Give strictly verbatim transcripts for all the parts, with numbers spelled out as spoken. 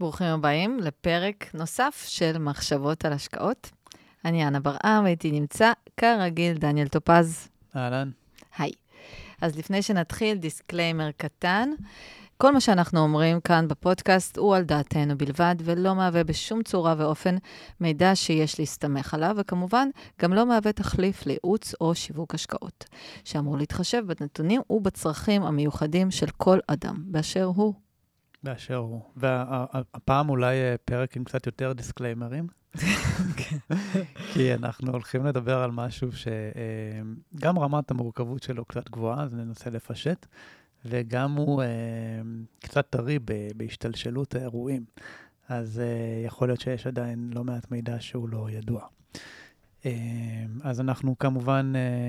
ברוכים הבאים לפרק נוסף של מחשבות על השקעות. אני אנה ברעם, הייתי נמצא כרגיל דניאל טופז. אהלן. היי. אז לפני שנתחיל, דיסקליימר קטן. כל מה שאנחנו אומרים כאן בפודקאסט הוא על דעתנו בלבד, ולא מהווה בשום צורה ואופן מידע שיש להסתמך עליו, וכמובן גם לא מהווה תחליף לייעוץ או שיווק השקעות, שאמור להתחשב בנתונים ובצרכים המיוחדים של כל אדם, באשר הוא. באשר הוא. והפעם אולי פרק עם קצת יותר דיסקליימרים, כי אנחנו הולכים לדבר על משהו שגם רמת המורכבות שלו קצת גבוהה, אז ננסה לפשט, וגם הוא קצת טרי בהשתלשלות האירועים. אז יכול להיות שיש עדיין לא מעט מידע שהוא לא ידוע. אז אנחנו כמובן,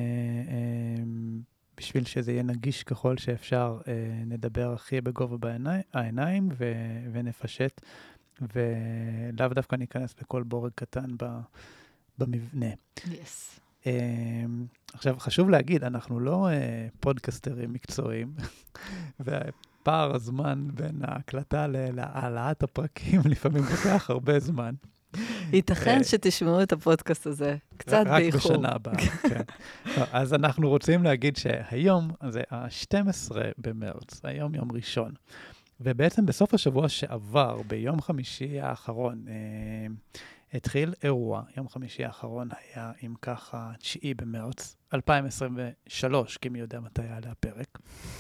בשביל שזה יהיה נגיש ככל שאפשר, נדבר הכי בגובה בעיניים ונפשט, ולאו דווקא ניכנס בכל בורג קטן במבנה. Yes. עכשיו, חשוב להגיד, אנחנו לא פודקסטרים מקצועיים, ופער הזמן בין ההקלטה להעלאת הפרקים לפעמים לוקח הרבה זמן. ייתכן שתשמעו את הפודקאסט הזה קצת באיחור. רק בשנה הבאה, כן. אז אנחנו רוצים להגיד שהיום, זה ה-שנים עשר במרץ, היום יום ראשון, ובעצם בסוף השבוע שעבר, ביום חמישי האחרון, התחיל אירוע. יום חמישי האחרון היה, אם ככה, תשיעי במרץ, אלפיים עשרים ושלוש, כי מי יודע מתי היה הפרק.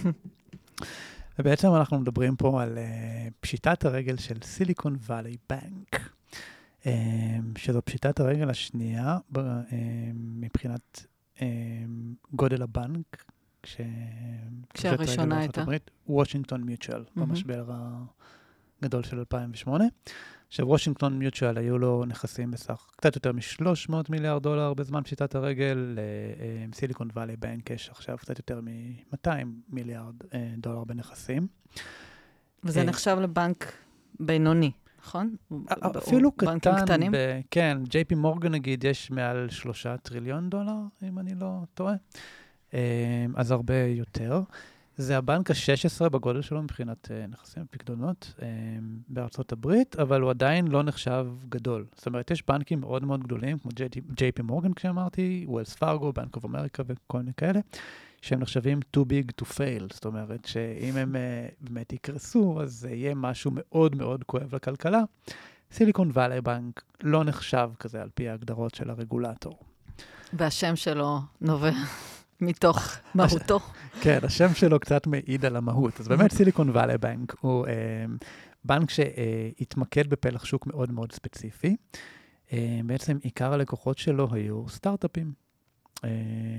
ובעצם אנחנו מדברים פה על uh, פשיטת הרגל של סיליקון ואלי בנק, um, שזו פשיטת הרגל השנייה ב, um, מבחינת um, גודל הבנק, כש... כשהראשונה הייתה. וושינגטון מיוטשל, mm-hmm. במשבר הגדול של אלפיים ושמונה. עכשיו, וושינגטון מיוטשל היו לו נכסים בסך קצת יותר מ-שלוש מאות מיליארד דולר בזמן פשיטת הרגל, סיליקון ואלי בנק יש עכשיו קצת יותר מ-מאתיים מיליארד דולר בנכסים. וזה נחשב לבנק בינוני, נכון? אפילו קטן, כן, ג'יי פי מורגן נגיד, יש מעל שלושה טריליון דולר, אם אני לא טועה, אז הרבה יותר. זה הבנק ה-שש עשרה בגודל שלו מבחינת uh, נכסים ופקדונות um, בארצות הברית, אבל הוא עדיין לא נחשב גדול. זאת אומרת, יש בנקים מאוד מאוד גדולים, כמו ג'יי פי מורגן, כשאמרתי, ווילס פארגו, בנק אוף אמריקה וכל מיני כאלה, שהם נחשבים too big to fail. זאת אומרת, שאם הם uh, באמת יקרסו, אז זה יהיה משהו מאוד מאוד כואב לכלכלה. סיליקון ואלי בנק לא נחשב כזה על פי ההגדרות של הרגולטור. והשם שלו נובע מתוך מהותו. כן, השם שלו קצת מעיד על המהות. אז באמת סיליקון ואלי בנק הוא אה, בנק שהתמקד בפלח שוק מאוד מאוד ספציפי. אה, בעצם עיקר הלקוחות שלו היו סטארט-אפים. אה,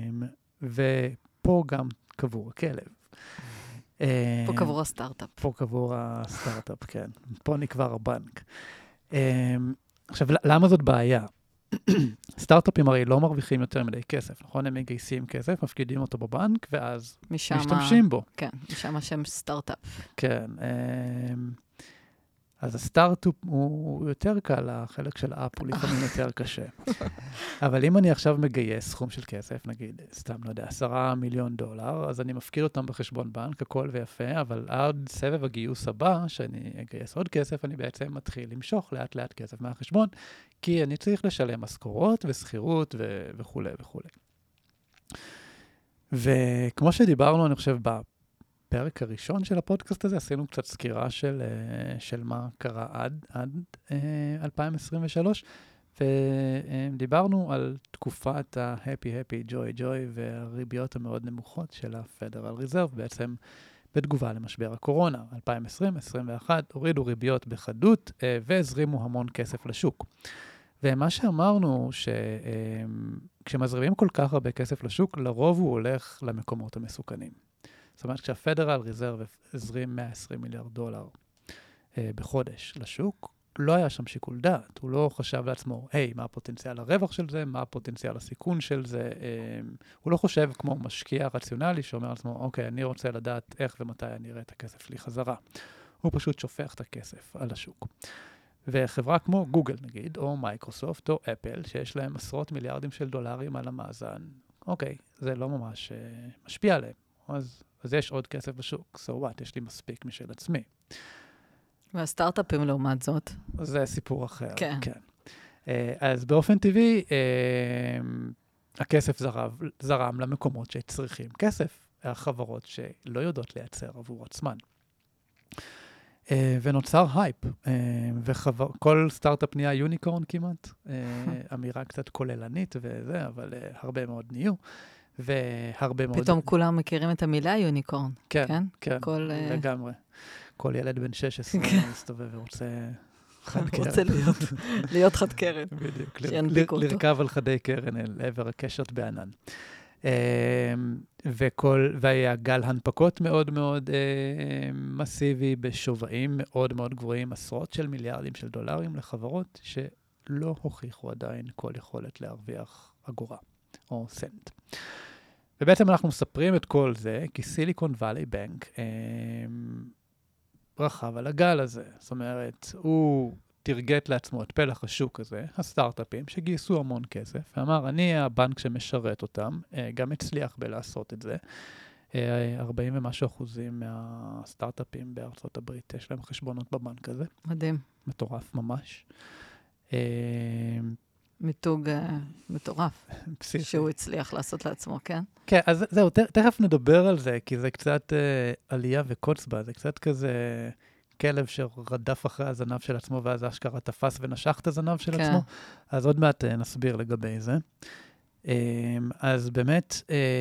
ופה גם קבור הכלב. אה, פה קבור הסטארט-אפ. פה קבור הסטארט-אפ, כן. פה נקבר הבנק. אה, עכשיו, למה זאת בעיה? סטארט-אפים הרי לא מרוויחים יותר מדי כסף, נכון? הם מגייסים כסף, מפקידים אותו בבנק, ואז משמה, משתמשים בו. כן, משם השם סטארט-אפ. כן. אז הסטארט-אפ הוא יותר קל, החלק של אפ הוא לפעמים יותר קשה. אבל אם אני עכשיו מגייס סכום של כסף, נגיד, סתם, לא יודע, עשרה מיליון דולר, אז אני מפקיד אותם בחשבון בנק, הכל ויפה, אבל עד סבב הגיוס הבא, שאני אגייס עוד כסף, אני בעצם מתחיל למשוך לאט לאט כסף מהחשבון, כי אני צריך לשלם משכורות וסחירות ו- וכו' וכו'. וכמו שדיברנו, אני חושב, בפרק הראשון של הפודקאסט הזה, עשינו קצת סקירה של, של מה קרה עד, עד אלפיים עשרים ושלוש, ודיברנו על תקופת ה-happy, happy, joy, joy, והריביות המאוד נמוכות של ה-Federal Reserve, בעצם בתגובה למשבר הקורונה. אלפיים עשרים עשרים ואחת הורידו ריביות בחדות, והזרימו המון כסף לשוק. ומה שאמרנו, שכשמזרימים כל כך הרבה כסף לשוק, לרוב הוא הולך למקומות המסוכנים. זאת אומרת, כשה-Federal Reserve הזרים מאה ועשרים מיליארד דולר בחודש לשוק, לא היה שם שיקול דעת. הוא לא חשב לעצמו, היי, מה הפוטנציאל הרווח של זה, מה הפוטנציאל הסיכון של זה. הוא לא חושב כמו משקיע רציונלי שאומר לעצמו, אוקיי, אני רוצה לדעת איך ומתי אני אראה את הכסף שלי חזרה. הוא פשוט שופך את הכסף על השוק. וחברה כמו גוגל נגיד, או מייקרוסופט, או אפל, שיש להם עשרות מיליארדים של דולרים על המאזן, אוקיי, זה לא ממש uh, משפיע עליהם. אז, אז יש עוד כסף בשוק, so what, יש לי מספיק משל עצמי. והסטארט-אפים לעומת זאת. זה סיפור אחר. כן. כן. אז באופן טבעי, הכסף זרם, זרם למקומות שצריכים כסף, החברות שלא יודעות לייצר עבור עצמן. ונוצר הייפ, וכל סטארט-אפ נהיה יוניקורן כמעט, אמירה קצת כוללנית וזה, אבל הרבה מאוד נהיו, והרבה מאוד... פתאום כולם מכירים את המילה יוניקורן, כן? כן, כן, כל, לגמרי. כל ילד בן שש עשרה מסתובב ורוצה חד קרן. רוצה להיות, להיות חד קרן. בדיוק, שינפיק אותו. לרכב על חדי קרן אל עבר הקשת בענן. וכל, והיה גל הנפקות מאוד מאוד מסיבי, בשווים מאוד מאוד גבוהים, עשרות של מיליארדים של דולרים לחברות שלא הוכיחו עדיין כל יכולת להרוויח אגורה או סנט. ובעצם אנחנו מספרים את כל זה, כי סיליקון ואלי בנק רחב על הגל הזה. זאת אומרת, הוא תרגט לעצמו את פלח השוק הזה, הסטארט-אפים, שגייסו המון כסף, ואמר, אני הבנק שמשרת אותם, גם הצליח בלעשות את זה. ארבעים ומשהו אחוזים מהסטארט-אפים בארצות הברית, יש להם חשבונות בבנק הזה. מדהים. מטורף ממש. מיתוג מטורף, שהוא הצליח לעשות לעצמו, כן? כן, אז זהו, תכף נדבר על זה, כי זה קצת עלייה וקוץ בה, זה קצת כזה כלב שרדף אחרי הזנב של עצמו, ואז אשכרה תפס ונשך את הזנב של עצמו. אז עוד מעט נסביר לגבי זה. אז באמת,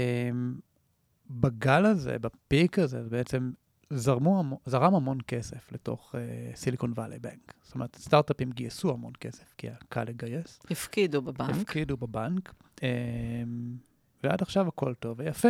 בגל הזה, בפיק הזה, בעצם זרמו, זרם המון כסף לתוך סיליקון ואלי בנק. זאת אומרת, סטארט-אפים גייסו המון כסף, כי היה קל לגייס. הפקידו בבנק. הפקידו בבנק, ועד עכשיו הכל טוב ויפה.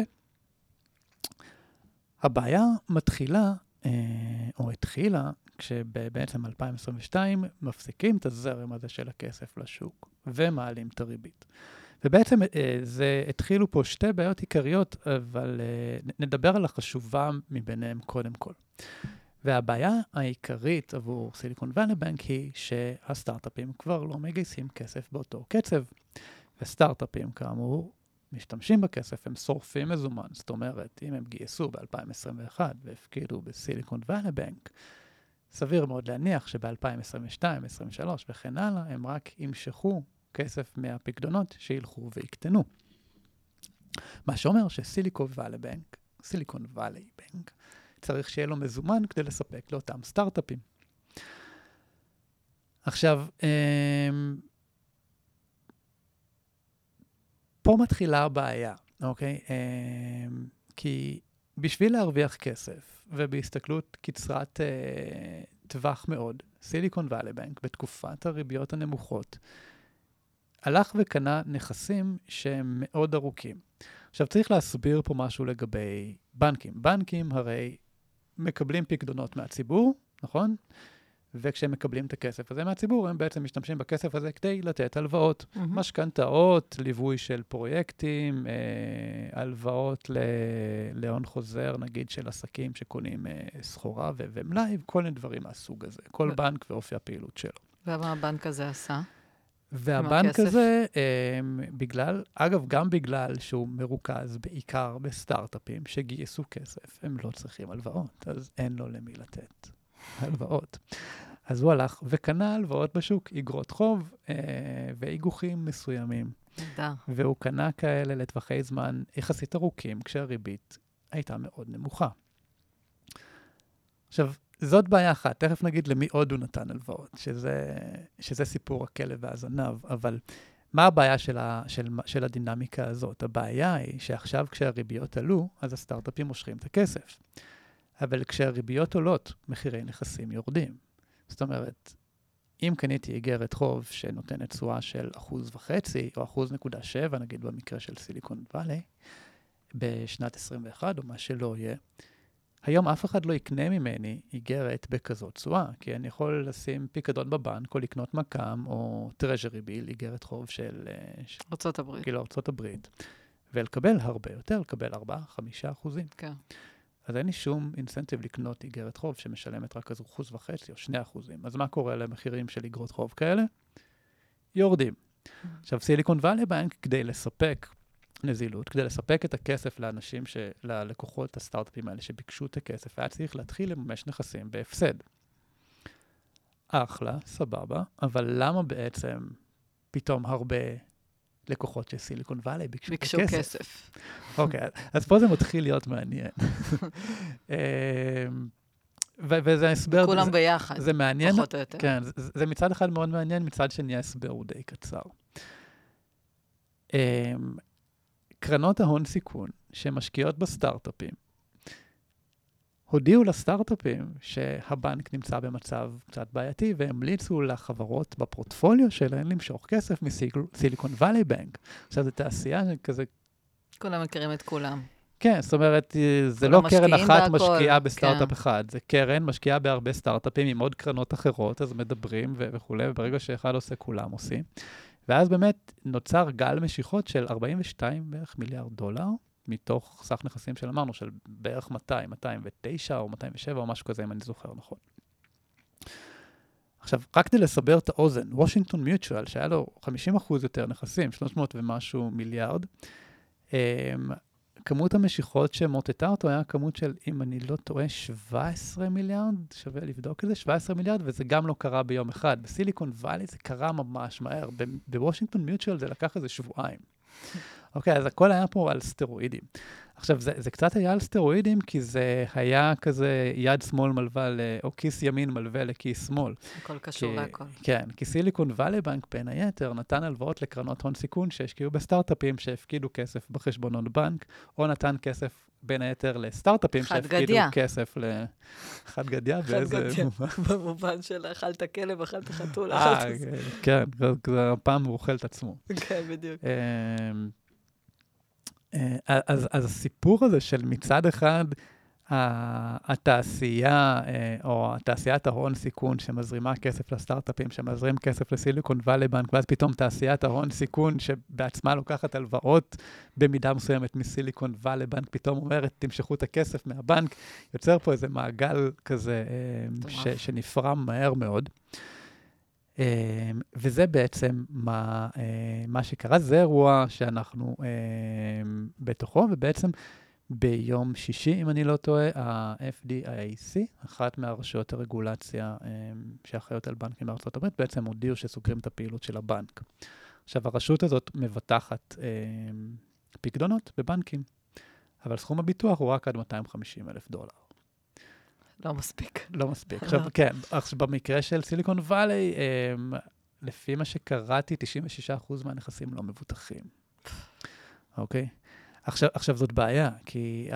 הבעיה מתחילה, או התחילה, כשבעצם אלפיים עשרים ושתיים מפסיקים את הזרם הזה של הכסף לשוק, ומעלים את הריבית. ובעצם זה התחילו פה שתי בעיות עיקריות, אבל נדבר על החשובה מביניהם קודם כל. והבעיה העיקרית עבור סיליקון ואלי בנק היא שהסטארט-אפים כבר לא מגייסים כסף באותו קצב. וסטארט-אפים כאמור משתמשים בכסף, הם שורפים מזומן. זאת אומרת, אם הם גייסו ב-אלפיים עשרים ואחת והפקידו בסיליקון ואלי בנק, סביר מאוד להניח שב-אלפיים עשרים ושתיים, עשרים ושלוש וכן הלאה, הם רק ימשכו כסף מהפקדונות שילכו ויקטנו. מה שאומר שסיליקון ואלי בנק, סיליקון ואלי בנק, צריך שיהיה לו מזומן כדי לספק לאותם סטארט-אפים. עכשיו, פה מתחילה הבעיה, אוקיי? כי בשביל להרוויח כסף, ובהסתכלות קצרת טווח מאוד, סיליקון ואלי בנק, בתקופת הריביות הנמוכות, הלך וקנה נכסים שהם מאוד ארוכים. עכשיו, צריך להסביר פה משהו לגבי בנקים. בנקים הרי מקבלים פקדונות מהציבור, נכון? וכשהם מקבלים את הכסף הזה מהציבור, הם בעצם משתמשים בכסף הזה כדי לתת הלוואות. Mm-hmm. משכנתאות, ליווי של פרויקטים, אה, הלוואות ל- להון חוזר, נגיד של עסקים שקונים אה, סחורה ו- ומלאי, כל מיני דברים מהסוג הזה. כל ו- בנק ואופי הפעילות שלו. ומה הבנק הזה עשה? והבנק הזה, אה, בגלל, אגב, גם בגלל שהוא מרוכז בעיקר בסטארט-אפים שגייסו כסף, הם לא צריכים הלוואות, אז אין לו למי לתת הלוואות. אז הוא הלך וקנה הלוואות בשוק, אגרות חוב אה, ואיגוחים מסוימים. נדע. והוא קנה כאלה לטווחי זמן יחסית ארוכים, כשהריבית הייתה מאוד נמוכה. עכשיו, זאת בעיה אחת. תכף נגיד למי עוד הוא נתן הלוואות, שזה, שזה סיפור הכלב והזנב, אבל מה הבעיה של, ה, של, של הדינמיקה הזאת? הבעיה היא שעכשיו כשהריביות עלו, אז הסטארט-אפים מושכים את הכסף. אבל כשהריביות עולות, מחירי נכסים יורדים. זאת אומרת, אם קניתי איגרת חוב שנותנת תשואה של אחוז וחצי, או אחוז נקודה שבע, נגיד במקרה של סיליקון ואלי, בשנת עשרים ואחת, או מה שלא יהיה, היום אף אחד לא יקנה ממני איגרת בכזאת תשואה, כי אני יכול לשים פיקדון בבנק, או לקנות מקם, או טרז'רי ביל, איגרת חוב של ארצות הברית. כאילו ארצות הברית, ולקבל הרבה יותר, לקבל ארבעה, חמישה אחוזים. כן. אז אין לי שום אינסנטיב לקנות איגרת חוב שמשלמת רק איזה אחוז וחצי או שני אחוזים. אז מה קורה למחירים של איגרות חוב כאלה? יורדים. Mm-hmm. עכשיו, סיליקון ואלי בנק, כדי לספק נזילות, כדי לספק את הכסף לאנשים, ש... ללקוחות הסטארט-אפים האלה שביקשו את הכסף, היה צריך להתחיל לממש נכסים בהפסד. אחלה, סבבה, אבל למה בעצם פתאום הרבה לקוחות של סיליקון ואלי ביקשו, ביקשו כסף? כסף. אוקיי, אז פה זה מתחיל להיות מעניין. ו- וזה הסבר... כולם זה, ביחד, זה מעניין, פחות או יותר. כן, זה, זה מצד אחד מאוד מעניין, מצד שני ההסבר הוא די קצר. Um, קרנות ההון סיכון שמשקיעות בסטארט-אפים, הודיעו לסטארט-אפים שהבנק נמצא במצב קצת בעייתי, והמליצו לחברות בפורטפוליו שלהן למשוך כסף מסיליקון ואלי בנק. עכשיו, זו תעשייה כזה... כולם מכירים את כולם. כן, זאת אומרת, זה לא קרן אחת משקיעה בסטארט-אפ כן. אחד, זה קרן משקיעה בהרבה סטארט-אפים עם עוד קרנות אחרות, אז מדברים ו- וכו', וברגע שאחד עושה, כולם עושים. ואז באמת נוצר גל משיכות של ארבעים ושתיים בערך מיליארד דולר, מתוך סך נכסים של אמרנו, של בערך מאתיים, מאתיים ותשע או מאתיים ושבע או משהו כזה, אם אני זוכר נכון. עכשיו, רק כדי לסבר את האוזן, וושינגטון מיוטואל, שהיה לו חמישים אחוז יותר נכסים, שלוש מאות ומשהו מיליארד, כמות המשיכות שמוטטה אותו היה כמות של, אם אני לא טועה, שבע עשרה מיליארד, שווה לבדוק את זה, שבע עשרה מיליארד, וזה גם לא קרה ביום אחד. בסיליקון ואלי זה קרה ממש מהר. בוושינגטון מיוטואל זה לקח איזה שבועיים. אוקיי, אז הכל היה פה על סטרואידים. עכשיו, זה, זה קצת היה על סטרואידים, כי זה היה כזה יד שמאל מלווה, או כיס ימין מלווה לכיס שמאל. הכל קשור כי, להכל. כן, כי סיליקון ואלי בנק בין היתר נתן הלוואות לקרנות הון סיכון שהשקיעו בסטארט-אפים שהפקידו כסף בחשבונות בנק, או נתן כסף בין היתר לסטארט-אפים שהפקידו כסף ל... חד גדיה. חד גדיה, במובן של אכלת כלב, אכלת חתול, אכלת... כן, הפעם הוא אוכל את עצמו. כן, בדיוק. אז, אז הסיפור הזה של מצד אחד, התעשייה, או תעשיית ההון סיכון שמזרימה כסף לסטארט-אפים, שמזרים כסף לסיליקון ואלי בנק, ואז פתאום תעשיית ההון סיכון שבעצמה לוקחת הלוואות במידה מסוימת מסיליקון ואלי בנק, פתאום אומרת, תמשכו את הכסף מהבנק, יוצר פה איזה מעגל כזה ש, שנפרם מהר מאוד. Um, וזה בעצם מה, uh, מה שקרה, זה אירוע שאנחנו uh, בתוכו, ובעצם ביום שישי, אם אני לא טועה, ה-אף די איי סי, אחת מהרשויות הרגולציה um, שאחראיות על בנקים בארצות הברית, בעצם הודיעו שסוגרים את הפעילות של הבנק. עכשיו, הרשות הזאת מבטחת um, פקדונות בבנקים, אבל סכום הביטוח הוא רק עד מאתיים וחמישים אלף דולר. לא מספיק. לא מספיק. עכשיו, כן, עכשיו במקרה של סיליקון ואלי, לפי מה שקראתי, תשעים ושישה אחוז מהנכסים לא מבוטחים. אוקיי? עכשיו, עכשיו זאת בעיה, כי...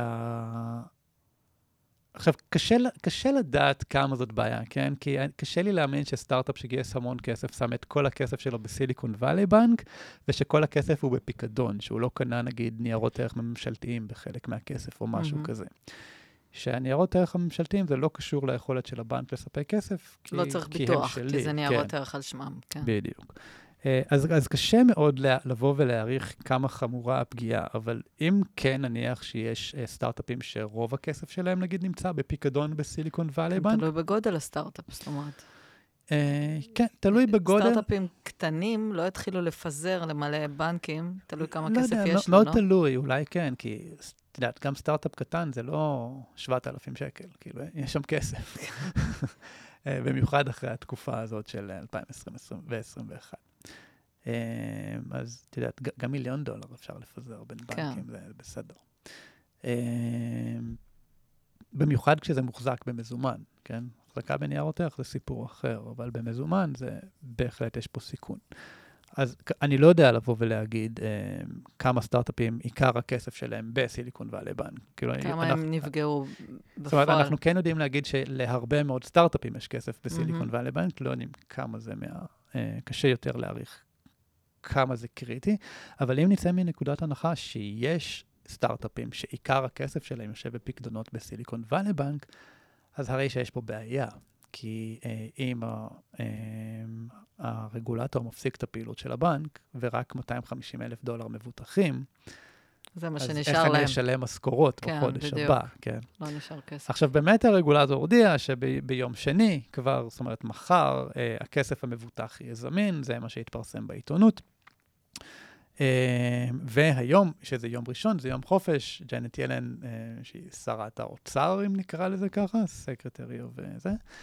עכשיו, קשה, קשה לדעת כמה זאת בעיה, כן? כי קשה לי להאמין שסטארט-אפ שגייס המון כסף, שם את כל הכסף שלו בסיליקון ואלי בנק, ושכל הכסף הוא בפיקדון, שהוא לא קנה, נגיד, ניירות ערך ממשלתיים בחלק מהכסף או משהו mm-hmm. כזה. שהניירות ערך הממשלתיים זה לא קשור ליכולת של הבנק לספק כסף, כי, לא צריך כי ביטוח, שלי, כי זה ניירות כן. ערך על שמם. כן. בדיוק. אז, אז קשה מאוד לבוא ולהעריך כמה חמורה הפגיעה, אבל אם כן נניח שיש סטארט-אפים שרוב הכסף שלהם נגיד נמצא בפיקדון בסיליקון ואלי בנק. תלוי בגודל הסטארט-אפ, זאת אומרת. כן, תלוי בגודל. סטארט-אפים קטנים לא התחילו לפזר למלא בנקים, תלוי כמה כסף יש לו, לא? לא? מאוד תלוי, אולי כן, כי... את יודעת, גם סטארט-אפ קטן זה לא שבעת אלפים שקל, כאילו, יש שם כסף. במיוחד אחרי התקופה הזאת של אלפיים עשרים ו-עשרים ואחת. אז, את יודעת, גם מיליון דולר אפשר לפזר בין בנקים, זה בסדר. במיוחד כשזה מוחזק במזומן, כן? החזקה בניירות ערך זה סיפור אחר, אבל במזומן זה בהחלט יש פה סיכון. אז אני לא יודע לבוא ולהגיד אה, כמה סטארט-אפים, עיקר הכסף שלהם בסיליקון ואלי בנק. כאילו, כמה אנחנו, הם נפגעו בפועל. זאת אומרת, אנחנו כן יודעים להגיד שלהרבה מאוד סטארט-אפים יש כסף בסיליקון mm-hmm. ואלי בנק, לא יודעים כמה זה מה... אה, קשה יותר להעריך כמה זה קריטי, אבל אם נצא מנקודת הנחה שיש סטארט-אפים שעיקר הכסף שלהם יושב בפקדונות בסיליקון ואלי בנק, אז הרי שיש פה בעיה. כי אה, אם ה, אה, הרגולטור מפסיק את הפעילות של הבנק, ורק מאתיים וחמישים אלף דולר מבוטחים, זה מה אז שנשאר איך להם. אני אשלם משכורות כן, בחודש בדיוק. הבא, כן. לא נשאר כסף. עכשיו, באמת הרגולטור הודיע שביום שני, כבר, זאת אומרת, מחר, אה, הכסף המבוטח יהיה זמין, זה מה שהתפרסם בעיתונות. אה, והיום, שזה יום ראשון, זה יום חופש, ג'נט ילן, אה, שהיא שרת האוצר, אם נקרא לזה ככה, סקרטרי וזה,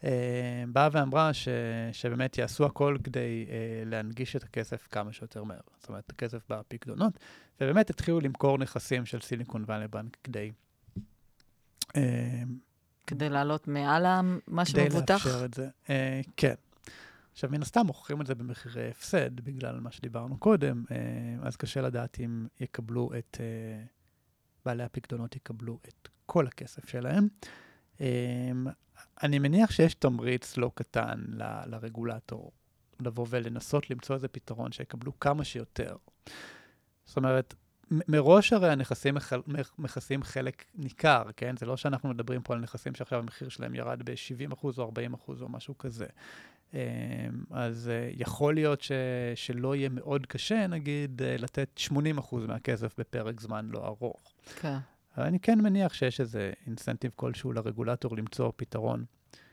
באה ואמרה ש, שבאמת יעשו הכל כדי uh, להנגיש את הכסף כמה שיותר מהר. זאת אומרת, הכסף בפקדונות, ובאמת התחילו למכור נכסים של סיליקון ואלי בנק כדי... Uh, כדי לעלות מעל מה שמבוטח? כדי לאפשר את זה, uh, כן. עכשיו, מן הסתם מוכרים את זה במחירי הפסד, בגלל מה שדיברנו קודם, uh, אז קשה לדעת אם יקבלו את... Uh, בעלי הפקדונות יקבלו את כל הכסף שלהם. Um, אני מניח שיש תמריץ לא קטן ל- לרגולטור לבוא ולנסות למצוא איזה פתרון שיקבלו כמה שיותר. זאת אומרת, מ- מראש הרי הנכסים מח- מכסים חלק ניכר, כן? זה לא שאנחנו מדברים פה על נכסים שעכשיו המחיר שלהם ירד ב-שבעים אחוז או ארבעים אחוז או משהו כזה. אז יכול להיות ש- שלא יהיה מאוד קשה, נגיד, לתת שמונים אחוז מהכסף בפרק זמן לא ארוך. כן. אבל אני כן מניח שיש איזה אינסנטיב כלשהו לרגולטור למצוא פתרון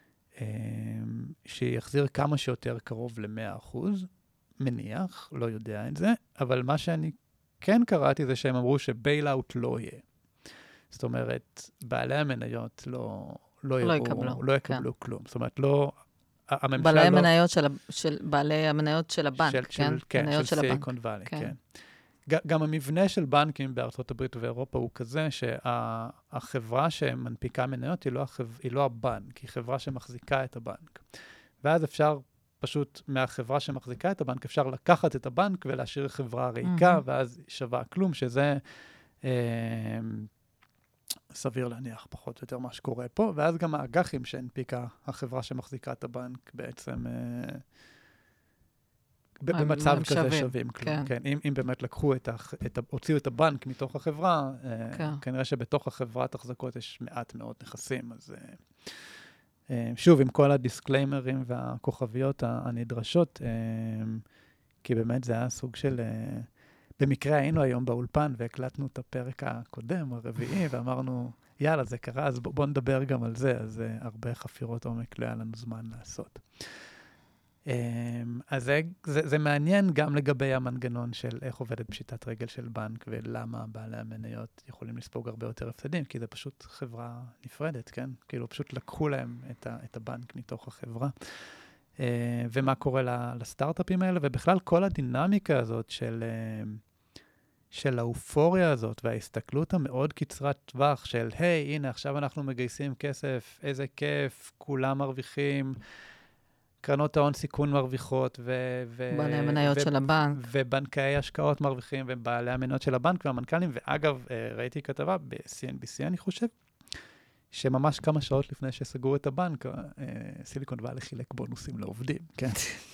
שיחזיר כמה שיותר קרוב ל-מאה אחוז, מניח, לא יודע את זה, אבל מה שאני כן קראתי זה שהם אמרו שבייל-אוט לא יהיה. זאת אומרת, בעלי המניות לא, לא, לא יראו, יקבלו, לא יקבלו כן. כלום. זאת אומרת, לא... הממשל בעלי לא... המניות של, של, בעלי המניות של הבנק, של, כן? של, כן, מניות של של סיליקון ואלי, כן. כן. גם המבנה של בנקים בארצות הברית ואירופה הוא כזה שהחברה שמנפיקה מניות היא לא, החב... היא לא הבנק, היא חברה שמחזיקה את הבנק. ואז אפשר פשוט מהחברה שמחזיקה את הבנק, אפשר לקחת את הבנק ולהשאיר חברה ריקה, mm-hmm. ואז שווה כלום, שזה אה, סביר להניח פחות או יותר מה שקורה פה, ואז גם האג"חים שהנפיקה החברה שמחזיקה את הבנק בעצם... אה, במצב כזה שווים, שווים כלום. כן. כן, אם, אם באמת לקחו את, ה, את ה, הוציאו את הבנק מתוך החברה, כן. אה, כנראה שבתוך החברת החזקות יש מעט מאוד נכסים. אז אה, אה, שוב, עם כל הדיסקליימרים והכוכביות הנדרשות, אה, כי באמת זה היה סוג של... אה, במקרה היינו היום באולפן והקלטנו את הפרק הקודם, הרביעי, ואמרנו, יאללה, זה קרה, אז בוא, בוא נדבר גם על זה. אז אה, הרבה חפירות עומק לא היה לנו זמן לעשות. אז זה, זה, זה מעניין גם לגבי המנגנון של איך עובדת פשיטת רגל של בנק, ולמה בעלי המניות יכולים לספוג הרבה יותר הפסדים, כי זה פשוט חברה נפרדת, כן? כאילו פשוט לקחו להם את, ה, את הבנק מתוך החברה. ומה קורה לסטארט-אפים האלה, ובכלל כל הדינמיקה הזאת של, של האופוריה הזאת, וההסתכלות המאוד קצרת טווח של, היי, הנה, עכשיו אנחנו מגייסים כסף, איזה כיף, כולם מרוויחים, קרנות ההון סיכון מרוויחות, ו- ו- בעלי המניות ו- של הבנק. ובנקאי השקעות מרוויחים, ובעלי המניות של הבנק והמנכ"לים, ואגב, ראיתי כתבה ב-סי אן בי סי, אני חושב, שממש כמה שעות לפני שסגרו את הבנק, סיליקון ואלי חילק בונוסים לעובדים, כן?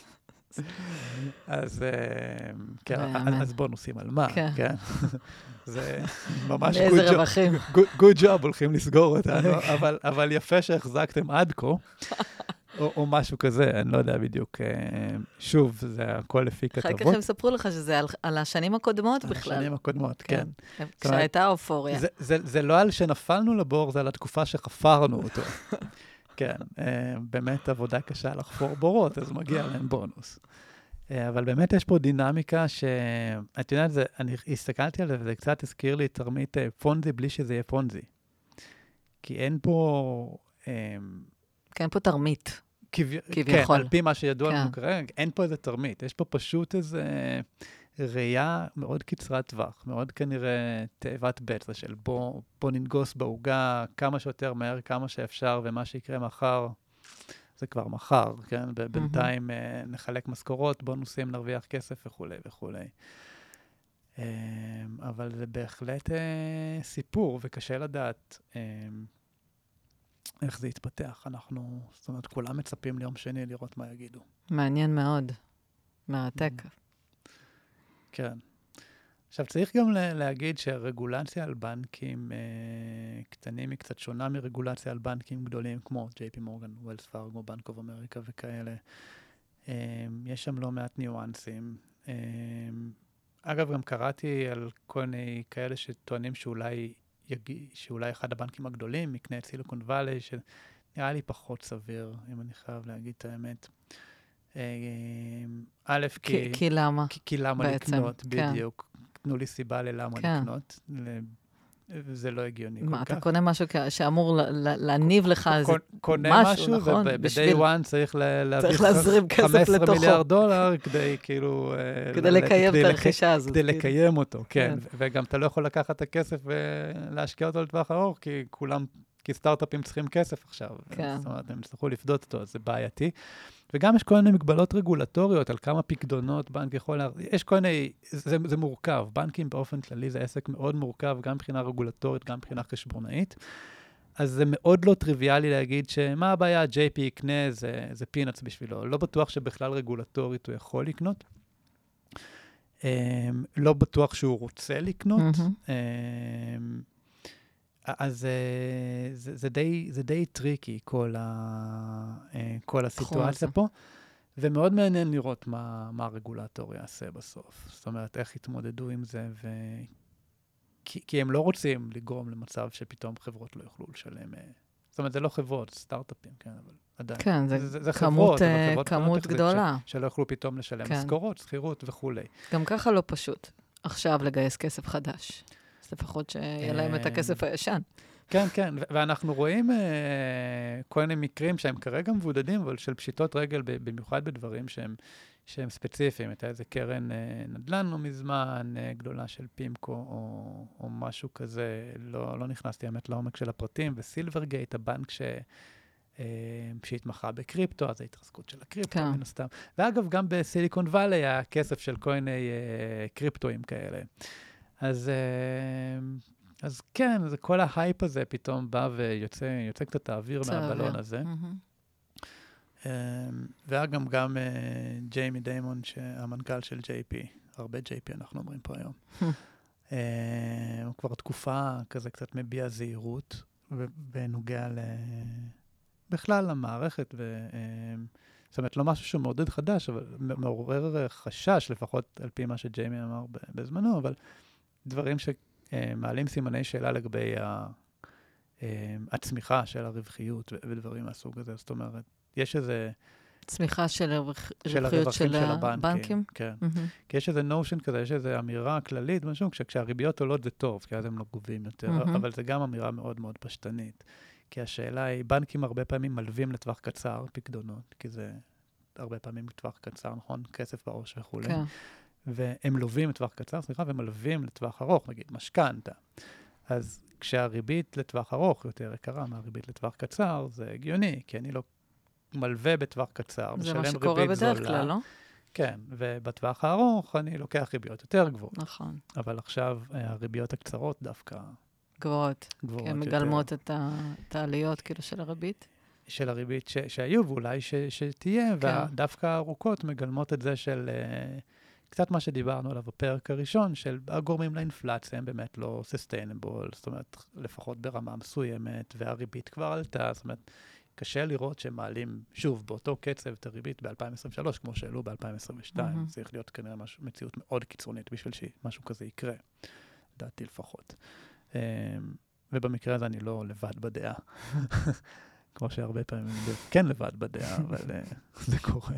אז, כן, אז בונוסים על מה, כן? זה ממש good job, הולכים לסגור אותנו, אבל יפה שהחזקתם עד כה. או, או משהו כזה, אני לא יודע בדיוק. שוב, זה הכל לפי כתבות. אחר כך הם ספרו לך שזה על, על השנים הקודמות בכלל. השנים הקודמות, כן. כן. כשהייתה אופוריה. זה, זה, זה לא על שנפלנו לבור, זה על התקופה שחפרנו אותו. כן, באמת עבודה קשה לחפור בורות, אז מגיע להם בונוס. אבל באמת יש פה דינמיקה שאת יודעת, זה, אני הסתכלתי על זה, וזה קצת הזכיר לי תרמית פונזי בלי שזה יהיה פונזי. כי אין פה... כן, פה תרמית. כביכול. כן, על פי מה שידוע לנו כרגע, אין פה איזה תרמית. יש פה פשוט איזה ראייה מאוד קצרת טווח, מאוד כנראה תאבת בצע של בוא, בוא ננגוס בעוגה כמה שיותר מהר, כמה שאפשר, ומה שיקרה מחר, זה כבר מחר, כן? בינתיים נחלק משכורות, בונוסים, נרוויח כסף וכו' וכו'. אבל זה בהחלט סיפור, וקשה לדעת איך זה יתפתח. אנחנו, זאת אומרת, כולם מצפים ליום שני לראות מה יגידו. מעניין מאוד. מרתק. כן. עכשיו, צריך גם להגיד שהרגולציה על בנקים אה, קטנים היא קצת שונה מרגולציה על בנקים גדולים, כמו ג'יי פי מורגן, ווילס פארגו, בנק אוף אמריקה וכאלה. אה, יש שם לא מעט ניואנסים. אה, אגב, גם קראתי על כל מיני כאלה שטוענים שאולי שאולי אחד הבנקים הגדולים יקנה את סיליקון ואלי, שנראה לי פחות סביר, אם אני חייב להגיד את האמת. א', כי... כי למה? כי למה לקנות, בדיוק. תנו לי סיבה ללמה לקנות. זה לא הגיוני כל כך. מה, אתה קונה משהו שאמור להניב לך איזה משהו, קונה משהו, וב-day one צריך להזרים כסף לתוכו. חמישה עשר מיליארד דולר כדי כאילו... כדי לקיים את הרכישה הזאת. כדי לקיים אותו, כן. וגם אתה לא יכול לקחת את הכסף ולהשקיע אותו לטווח ארוך, כי כולם, כי סטארט-אפים צריכים כסף עכשיו. זאת אומרת, הם צריכו לפדות אותו, אז זה בעייתי. וגם יש כל מיני מגבלות רגולטוריות על כמה פקדונות בנק יכול... לה... יש כל מיני... זה, זה מורכב. בנקים באופן כללי זה עסק מאוד מורכב, גם מבחינה רגולטורית, גם מבחינה חשבונאית. אז זה מאוד לא טריוויאלי להגיד שמה הבעיה, ג'יי פי יקנה, זה, זה פינאץ בשבילו. לא בטוח שבכלל רגולטורית הוא יכול לקנות. לא בטוח שהוא רוצה לקנות. Mm-hmm. אז זה, זה די, זה די טריקי, כל, ה, כל הסיטואציה פה, ומאוד מעניין לראות מה, מה הרגולטור יעשה בסוף. זאת אומרת, איך יתמודדו עם זה, ו... כי, כי הם לא רוצים לגרום למצב שפתאום חברות לא יוכלו לשלם. זאת אומרת, זה לא חברות, זה סטארט-אפים, כן, אבל עדיין. כן, זה, זה, זה כמות, חברות, אבל חברות כמות גדולה. ש, שלא יוכלו פתאום לשלם כן. משכורות, שכירות וכו'. גם ככה לא פשוט, עכשיו לגייס כסף חדש. לפחות שיהיה להם את הכסף הישן. כן, כן, ואנחנו רואים כל מיני מקרים שהם כרגע מבודדים, אבל של פשיטות רגל, במיוחד בדברים שהם, שהם ספציפיים. הייתה איזה קרן נדל"ן לא מזמן, גדולה של פימקו, או, או משהו כזה, לא, לא נכנסתי האמת לעומק של הפרטים, וסילברגייט, הבנק ש... שהתמחה בקריפטו, אז ההתרסקות של הקריפטו, מן הסתם. ואגב, גם בסיליקון ואלי היה כסף של כל מיני קריפטואים כאלה. אז, אז כן, זה כל ההייפ הזה פתאום בא ויוצא, יוצא קצת האוויר מהבלון הזה. Mm-hmm. ואגם גם ג'יימי דיימון, המנכ"ל של ג'יי פי, הרבה ג'יי פי אנחנו אומרים פה היום. הוא כבר תקופה כזה קצת מביע זהירות, בנוגע ל... בכלל למערכת, ו... זאת אומרת, לא משהו שהוא מעודד חדש, אבל מעורר חשש, לפחות על פי מה שג'יימי אמר בזמנו, אבל דברים שמעלים סימני שאלה לגבי הצמיחה של הרווחיות ודברים מהסוג הזה. זאת אומרת, יש איזה... צמיחה של הרווחיות של הבנקים? כן. כי יש איזה נושן כזה, יש איזו אמירה כללית, משהו, כשהריביות עולות זה טוב, כי אז הם לא גובים יותר, אבל זה גם אמירה מאוד מאוד פשטנית. כי השאלה היא, בנקים הרבה פעמים מלווים לטווח קצר, פקדונות, כי זה הרבה פעמים לטווח קצר, נכון? כסף בראש וכו'. כן. והם לווים לטווח קצר, סליחה, ומלווים לטווח ארוך, נגיד, משכנתה. אז כשהריבית לטווח ארוך יותר יקרה מהריבית לטווח קצר, זה הגיוני, כי אני לא מלווה בטווח קצר, זה מה שקורה בדרך כלל, לא? כן, ובטווח הארוך אני לוקח ריביות יותר גבוהות. נכון. אבל עכשיו הריביות הקצרות דווקא... גבוהות. גבוהות יותר. כי הן מגלמות את העליות, כאילו, של הריבית? של הריבית שהיו, ואולי שתהיה, ודווקא הארוכות מגלמות את זה של... קצת מה שדיברנו עליו בפרק הראשון, של הגורמים לאינפלציה, הם באמת לא sustainable, זאת אומרת, לפחות ברמה מסוימת, והריבית כבר עלתה, זאת אומרת, קשה לראות שהם מעלים, שוב, באותו קצב את הריבית ב-אלפיים עשרים ושלוש, כמו שהעלו ב-אלפיים עשרים ושתיים. Mm-hmm. צריך להיות כנראה משהו, מציאות מאוד קיצונית בשביל שמשהו כזה יקרה, דעתי לפחות. ובמקרה הזה אני לא לבד בדעה. כמו שהרבה פעמים אני כן לבד בדעה, אבל זה קורה.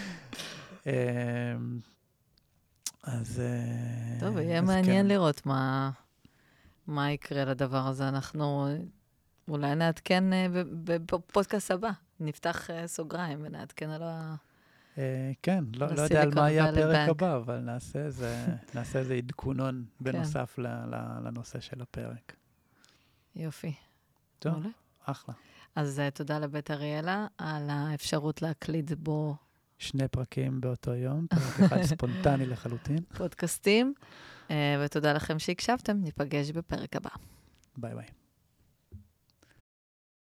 אז... טוב, יהיה מעניין לראות מה, מה יקרה לדבר הזה. אנחנו אולי נעדכן בפודקאסט הבא. נפתח סוגריים ונעדכן על ה... כן, לא יודע על מה יהיה הפרק הבא, אבל נעשה איזה עדכונון בנוסף לנושא של הפרק. יופי. טוב, אחלה. אז תודה לבית אריאלה על האפשרות להקליד בו... שני פרקים באותו יום, פרק אחד ספונטני לחלוטין. פודקאסטים, ותודה לכם שהקשבתם, ניפגש בפרק הבא. ביי ביי.